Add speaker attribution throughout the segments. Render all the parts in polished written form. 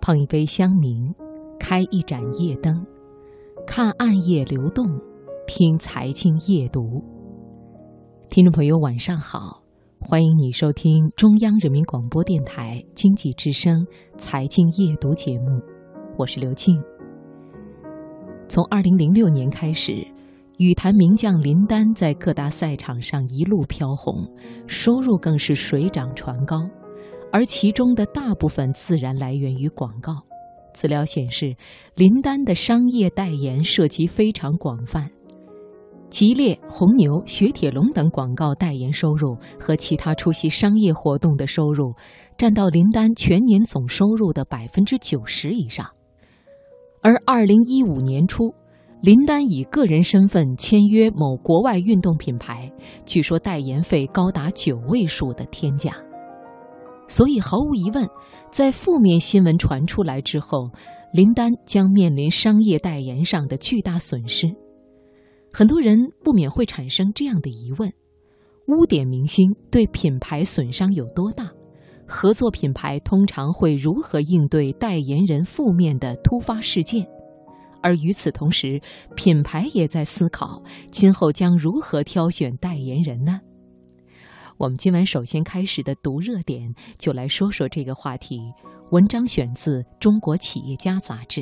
Speaker 1: 碰一杯香茗，开一盏夜灯，看暗夜流动，听财经夜读。听众朋友晚上好，欢迎你收听中央人民广播电台经济之声财经夜读节目，我是刘庆。从2006年开始，羽坛名将林丹在各大赛场上一路飘红，收入更是水涨船高，而其中的大部分自然来源于广告。资料显示，林丹的商业代言涉及非常广泛，吉列、红牛、雪铁龙等广告代言收入和其他出席商业活动的收入占到林丹全年总收入的90%以上。而2015年初，林丹以个人身份签约某国外运动品牌，据说代言费高达9位数的天价。所以毫无疑问，在负面新闻传出来之后，林丹将面临商业代言上的巨大损失。很多人不免会产生这样的疑问：污点明星对品牌损伤有多大？合作品牌通常会如何应对代言人负面的突发事件？而与此同时，品牌也在思考今后将如何挑选代言人呢？我们今晚首先开始的读热点，就来说说这个话题。文章选自《中国企业家》杂志。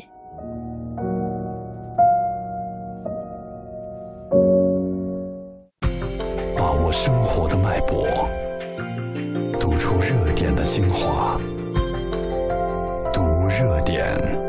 Speaker 2: 把握生活的脉搏，读出热点的精华，读热点。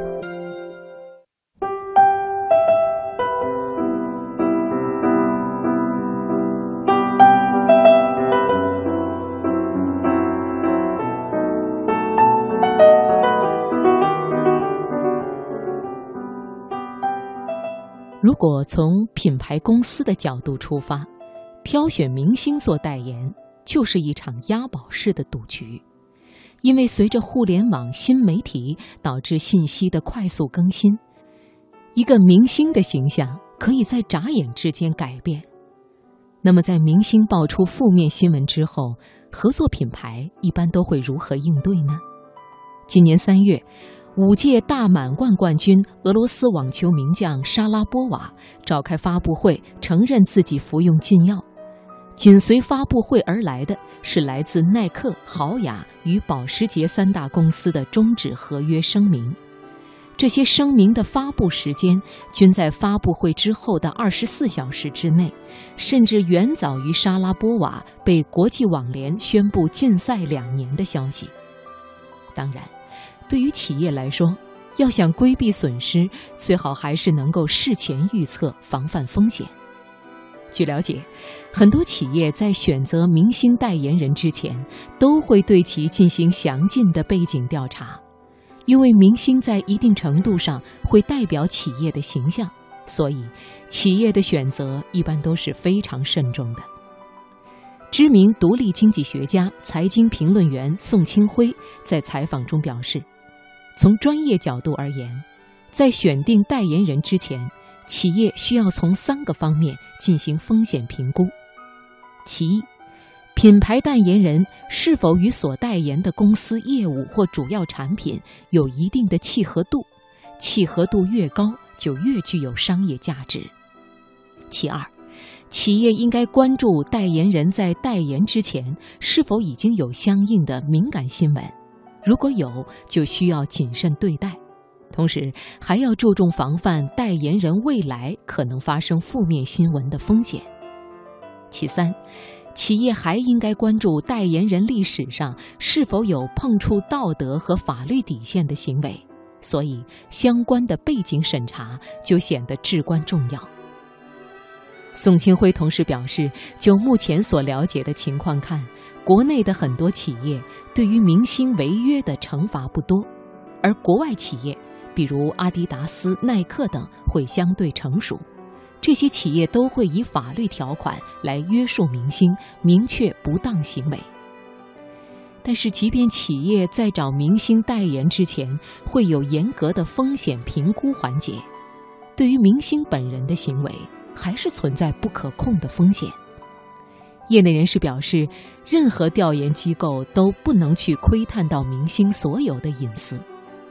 Speaker 1: 如果从品牌公司的角度出发，挑选明星做代言就是一场押宝式的赌局。因为随着互联网新媒体导致信息的快速更新，一个明星的形象可以在眨眼之间改变。那么在明星爆出负面新闻之后，合作品牌一般都会如何应对呢？今年3月，5届大满贯冠军俄罗斯网球名将莎拉波娃召开发布会，承认自己服用禁药。紧随发布会而来的是来自耐克、豪雅与保时捷3大公司的终止合约声明。这些声明的发布时间均在发布会之后的24小时之内，甚至远早于莎拉波娃被国际网联宣布禁赛2年的消息。当然，对于企业来说，要想规避损失，最好还是能够事前预测，防范风险。据了解，很多企业在选择明星代言人之前，都会对其进行详尽的背景调查。因为明星在一定程度上会代表企业的形象，所以企业的选择一般都是非常慎重的。知名独立经济学家、财经评论员宋清辉在采访中表示，从专业角度而言，在选定代言人之前，企业需要从3个方面进行风险评估。其一，品牌代言人是否与所代言的公司业务或主要产品有一定的契合度，契合度越高，就越具有商业价值。其二，企业应该关注代言人在代言之前是否已经有相应的敏感新闻，如果有，就需要谨慎对待。同时还要注重防范代言人未来可能发生负面新闻的风险。其三，企业还应该关注代言人历史上是否有碰触道德和法律底线的行为，所以相关的背景审查就显得至关重要。宋清辉同时表示，就目前所了解的情况看，国内的很多企业对于明星违约的惩罚不多，而国外企业比如阿迪达斯、耐克等会相对成熟，这些企业都会以法律条款来约束明星，明确不当行为。但是即便企业在找明星代言之前会有严格的风险评估环节，对于明星本人的行为还是存在不可控的风险。业内人士表示，任何调研机构都不能去窥探到明星所有的隐私。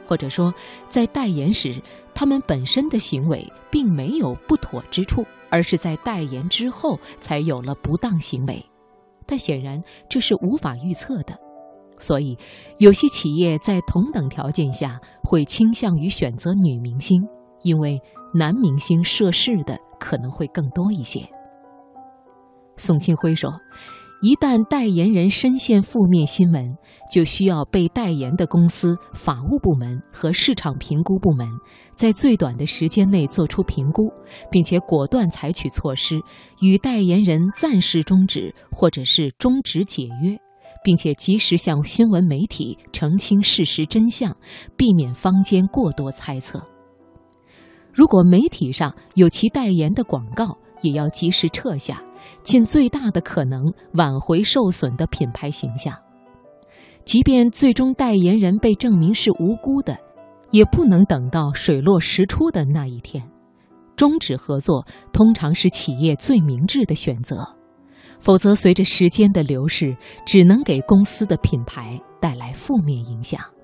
Speaker 1: 或者说在代言时他们本身的行为并没有不妥之处，而是在代言之后才有了不当行为。但显然这是无法预测的，所以有些企业在同等条件下会倾向于选择女明星，因为男明星涉事的可能会更多一些。宋庆辉说，一旦代言人深陷负面新闻，就需要被代言的公司法务部门和市场评估部门在最短的时间内做出评估，并且果断采取措施，与代言人暂时终止或者是终止解约，并且及时向新闻媒体澄清事实真相，避免坊间过多猜测。如果媒体上有其代言的广告，也要及时撤下，尽最大的可能挽回受损的品牌形象。即便最终代言人被证明是无辜的，也不能等到水落石出的那一天。终止合作通常是企业最明智的选择，否则随着时间的流逝，只能给公司的品牌带来负面影响。